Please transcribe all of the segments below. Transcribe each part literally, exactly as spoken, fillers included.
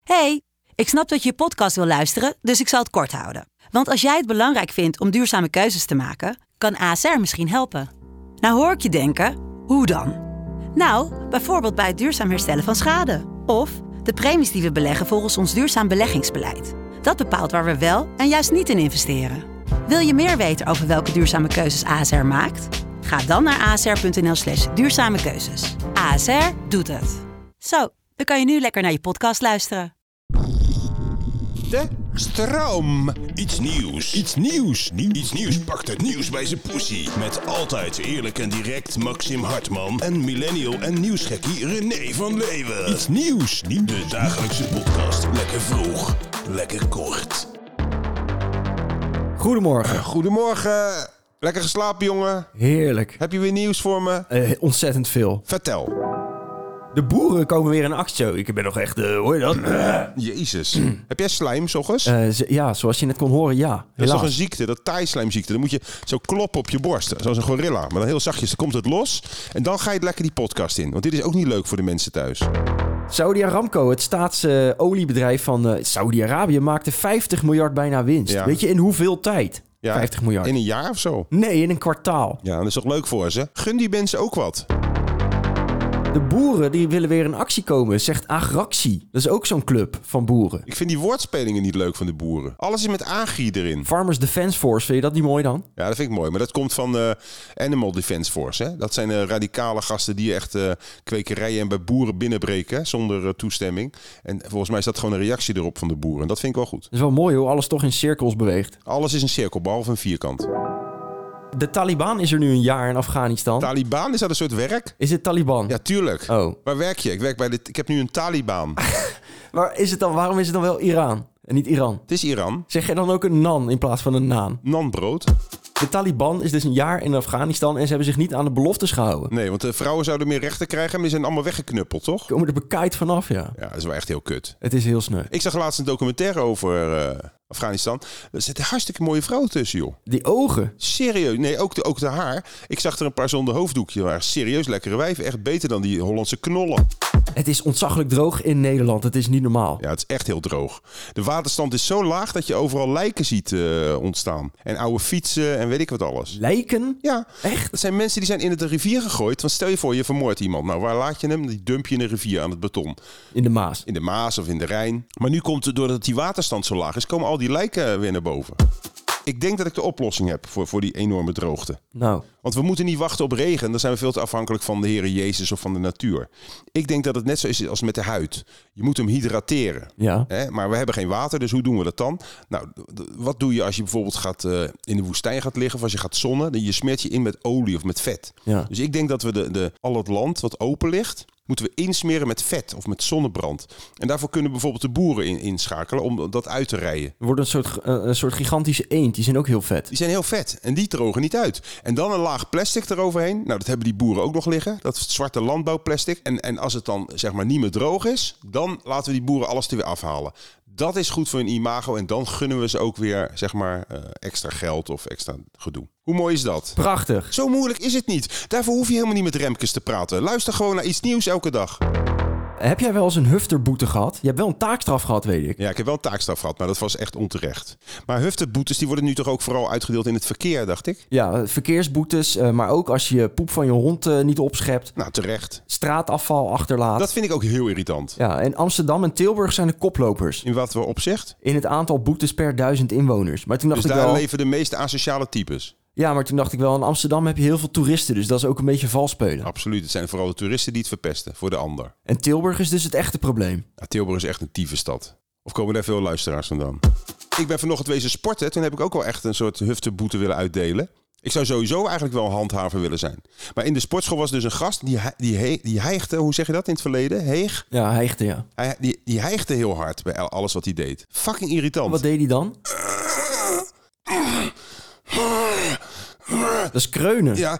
Hey, ik snap dat je je podcast wil luisteren, dus ik zal het kort houden. Want als jij het belangrijk vindt om duurzame keuzes te maken, kan A S R misschien helpen. Nou hoor ik je denken, hoe dan? Nou, bijvoorbeeld bij het duurzaam herstellen van schade. Of de premies die we beleggen volgens ons duurzaam beleggingsbeleid. Dat bepaalt waar we wel en juist niet in investeren. Wil je meer weten over welke duurzame keuzes A S R maakt? Ga dan naar asr.nl slash duurzame keuzes. A S R doet het. Zo, dan kan je nu lekker naar je podcast luisteren. De stroom. Iets nieuws. Iets nieuws. Nieuws. Iets nieuws pakt het nieuws bij zijn poesie. Met altijd eerlijk en direct Maxim Hartman en millennial en nieuwsgekkie René van Leeuwen. Iets nieuws. Nieuws. De dagelijkse podcast. Lekker vroeg. Lekker kort. Goedemorgen. Goedemorgen. Lekker geslapen, jongen. Heerlijk. Heb je weer nieuws voor me? Uh, ontzettend veel. Vertel. De boeren komen weer in actie. Ik ben nog echt, uh, hoor je dat? Jezus. Heb jij slijm, 's ochtends? Uh, z- ja, zoals je net kon horen, ja. Dat is Helaas. toch een ziekte, dat taaislijmziekte. Dan moet je zo kloppen op je borst, zoals een gorilla. Maar dan heel zachtjes, dan komt het los. En dan ga je lekker die podcast in. Want dit is ook niet leuk voor de mensen thuis. Saudi Aramco, het staatsoliebedrijf uh, van uh, Saudi-Arabië, maakte vijftig miljard bijna winst. Ja. Weet je in hoeveel tijd? Ja, vijftig miljard. In een jaar of zo? Nee, in een kwartaal. Ja, dat is toch leuk voor ze? Gun die mensen ook wat. De boeren die willen weer in actie komen, zegt Agractie. Dat is ook zo'n club van boeren. Ik vind die woordspelingen niet leuk van de boeren. Alles is met agri erin. Farmers Defence Force, vind je dat niet mooi dan? Ja, dat vind ik mooi. Maar dat komt van de uh, Animal Defence Force. Hè? Dat zijn uh, radicale gasten die echt uh, kwekerijen en bij boeren binnenbreken. Hè? Zonder uh, toestemming. En volgens mij is dat gewoon een reactie erop van de boeren. En dat vind ik wel goed. Dat is wel mooi hoe alles toch in cirkels beweegt. Alles is een cirkel, behalve een vierkant. De Taliban is er nu een jaar in Afghanistan. Taliban, is dat een soort werk? Is het Taliban? Ja, tuurlijk. Oh. Waar werk je? Ik werk bij de... Ik heb nu een Taliban. Maar is het dan, waarom is het dan wel Iran en niet Iran? Het is Iran. Zeg je dan ook een nan in plaats van een naan? Nanbrood. De Taliban is dus een jaar in Afghanistan en ze hebben zich niet aan de beloftes gehouden. Nee, want de vrouwen zouden meer rechten krijgen, maar die zijn allemaal weggeknuppeld, toch? Komen er bekaaid vanaf, ja. Ja, dat is wel echt heel kut. Het is heel sneu. Ik zag laatst een documentaire over uh, Afghanistan. Er zit een hartstikke mooie vrouw tussen, joh. Die ogen. Serieus. Nee, ook de, ook de haar. Ik zag er een paar zonder hoofddoekje. Maar serieus lekkere wijven. Echt beter dan die Hollandse knollen. Het is ontzaglijk droog in Nederland. Het is niet normaal. Ja, het is echt heel droog. De waterstand is zo laag dat je overal lijken ziet uh, ontstaan. En oude fietsen en weet ik wat alles. Lijken? Ja. Echt? Dat zijn mensen die zijn in het rivier gegooid. Want stel je voor, je vermoordt iemand. Nou, waar laat je hem? Die dump je in de rivier aan het beton. In de Maas. In de Maas of in de Rijn. Maar nu komt het, doordat die waterstand zo laag is, komen al die lijken weer naar boven. Ik denk dat ik de oplossing heb voor, voor die enorme droogte. Nou. Want we moeten niet wachten op regen. Dan zijn we veel te afhankelijk van de Heere Jezus of van de natuur. Ik denk dat het net zo is als met de huid. Je moet hem hydrateren. Ja. Hè? Maar we hebben geen water, dus hoe doen we dat dan? Nou, wat doe je als je bijvoorbeeld gaat, uh, in de woestijn gaat liggen of als je gaat zonnen? Je smeert je in met olie of met vet. Ja. Dus ik denk dat we de, de, al het land wat open ligt, moeten we insmeren met vet of met zonnebrand. En daarvoor kunnen bijvoorbeeld de boeren in, inschakelen om dat uit te rijden. Er wordt een soort, uh, een soort gigantische eend. Die zijn ook heel vet. Die zijn heel vet en die drogen niet uit. En dan een laag plastic eroverheen. Nou, dat hebben die boeren ook nog liggen. Dat zwarte landbouwplastic. En, en als het dan zeg maar niet meer droog is, dan laten we die boeren alles er weer afhalen. Dat is goed voor hun imago en dan gunnen we ze ook weer zeg maar uh, extra geld of extra gedoe. Hoe mooi is dat? Prachtig. Zo moeilijk is het niet. Daarvoor hoef je helemaal niet met Remkes te praten. Luister gewoon naar iets nieuws elke dag. Heb jij wel eens een hufterboete gehad? Je hebt wel een taakstraf gehad, weet ik. Ja, ik heb wel een taakstraf gehad, maar dat was echt onterecht. Maar hufterboetes die worden nu toch ook vooral uitgedeeld in het verkeer, dacht ik? Ja, verkeersboetes, uh, maar ook als je poep van je hond uh, niet opschept. Nou, terecht. Straatafval achterlaat. Dat vind ik ook heel irritant. Ja, en Amsterdam en Tilburg zijn de koplopers. In wat voor opzicht? In het aantal boetes per duizend inwoners. Maar toen dacht dus ik daar wel... leven de meeste asociale types. Ja, maar toen dacht ik wel, in Amsterdam heb je heel veel toeristen, dus dat is ook een beetje vals spelen. Absoluut, het zijn vooral de toeristen die het verpesten voor de ander. En Tilburg is dus het echte probleem. Ja, Tilburg is echt een tyfusstad. Of komen daar veel luisteraars vandaan? Ik ben vanochtend wezen sporten, toen heb ik ook wel echt een soort hufterboete willen uitdelen. Ik zou sowieso eigenlijk wel handhaver willen zijn. Maar in de sportschool was dus een gast, die, die, die hijgde, hoe zeg je dat in het verleden? Heeg? Ja, hijgde, ja. Hij, die, die hijgde heel hard bij alles wat hij deed. Fucking irritant. Wat deed hij dan? Dat is kreunen. Ja.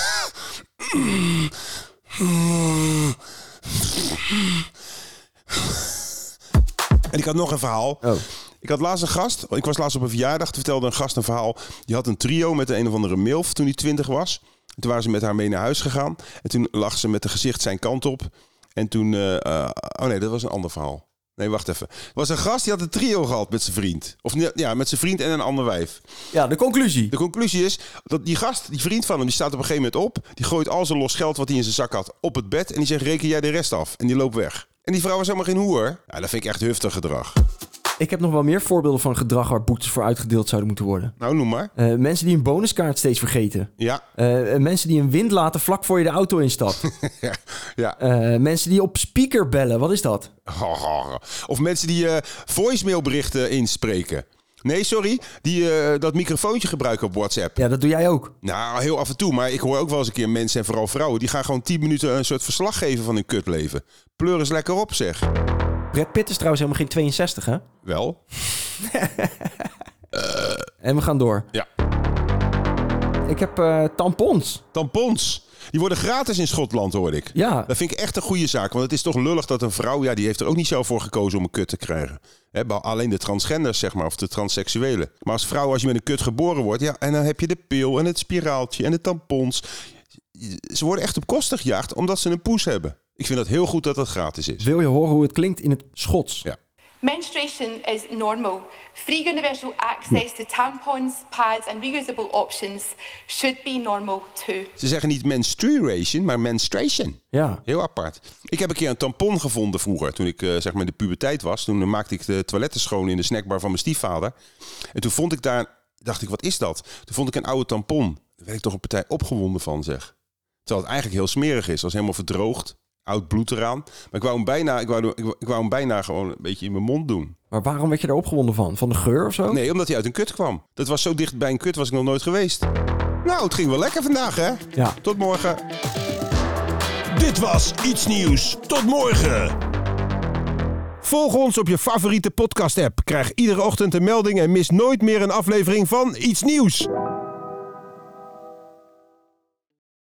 En ik had nog een verhaal. Oh. Ik had laatst een gast. Ik was laatst op een verjaardag. Toen vertelde een gast een verhaal. Die had een trio met een of andere milf toen hij twintig was. En toen waren ze met haar mee naar huis gegaan. En toen lag ze met het gezicht zijn kant op. En toen... Uh, uh, oh nee, dat was een ander verhaal. Nee, wacht even. Er was een gast die had een trio gehad met zijn vriend. Of ja, met zijn vriend en een ander wijf. Ja, de conclusie. De conclusie is dat die gast, die vriend van hem, die staat op een gegeven moment op. Die gooit al zijn los geld wat hij in zijn zak had op het bed. En die zegt, reken jij de rest af. En die loopt weg. En die vrouw was helemaal geen hoer. Ja, dat vind ik echt huftig gedrag. Ik heb nog wel meer voorbeelden van gedrag waar boetes voor uitgedeeld zouden moeten worden. Nou, noem maar. Uh, mensen die een bonuskaart steeds vergeten. Ja. Uh, mensen die een wind laten vlak voor je de auto instapt. ja. ja. Uh, mensen die op speaker bellen. Wat is dat? Of mensen die uh, voicemailberichten inspreken. Nee, sorry. Die uh, dat microfoontje gebruiken op WhatsApp. Ja, dat doe jij ook. Nou, heel af en toe. Maar ik hoor ook wel eens een keer mensen, en vooral vrouwen, die gaan gewoon tien minuten een soort verslag geven van hun kutleven. Pleur eens lekker op, zeg. Brad Pitt is trouwens helemaal geen tweeënzestig, hè? Wel. uh. En we gaan door. Ja. Ik heb uh, tampons. Tampons. Die worden gratis in Schotland, hoor ik. Ja. Dat vind ik echt een goede zaak. Want het is toch lullig dat een vrouw, ja, die heeft er ook niet zelf voor gekozen om een kut te krijgen. He, alleen de transgenders, zeg maar, of de transseksuelen. Maar als vrouw, als je met een kut geboren wordt, ja, en dan heb je de pil en het spiraaltje en de tampons. Ze worden echt op kosten gejaagd omdat ze een poes hebben. Ik vind dat heel goed dat dat gratis is. Wil je horen hoe het klinkt in het Schots? Ja. Menstruation is normal. Free universal access to tampons, pads and reusable options should be normal too. Ze zeggen niet menstruation, maar menstruation. Ja. Heel apart. Ik heb een keer een tampon gevonden vroeger, toen ik uh, zeg maar in de puberteit was. Toen maakte ik de toiletten schoon in de snackbar van mijn stiefvader. En toen vond ik daar, dacht ik, wat is dat? Toen vond ik een oude tampon. Daar werd ik toch een partij opgewonden van, zeg. Terwijl het eigenlijk heel smerig is. Het was helemaal verdroogd. Oud bloed eraan. Maar ik wou hem bijna, ik wou, ik wou hem bijna gewoon een beetje in mijn mond doen. Maar waarom werd je daar opgewonden van? Van de geur of zo? Nee, omdat hij uit een kut kwam. Dat was zo dicht bij een kut, was ik nog nooit geweest. Nou, het ging wel lekker vandaag, hè? Ja. Tot morgen. Dit was Iets Nieuws. Tot morgen. Volg ons op je favoriete podcast-app. Krijg iedere ochtend een melding en mis nooit meer een aflevering van Iets Nieuws.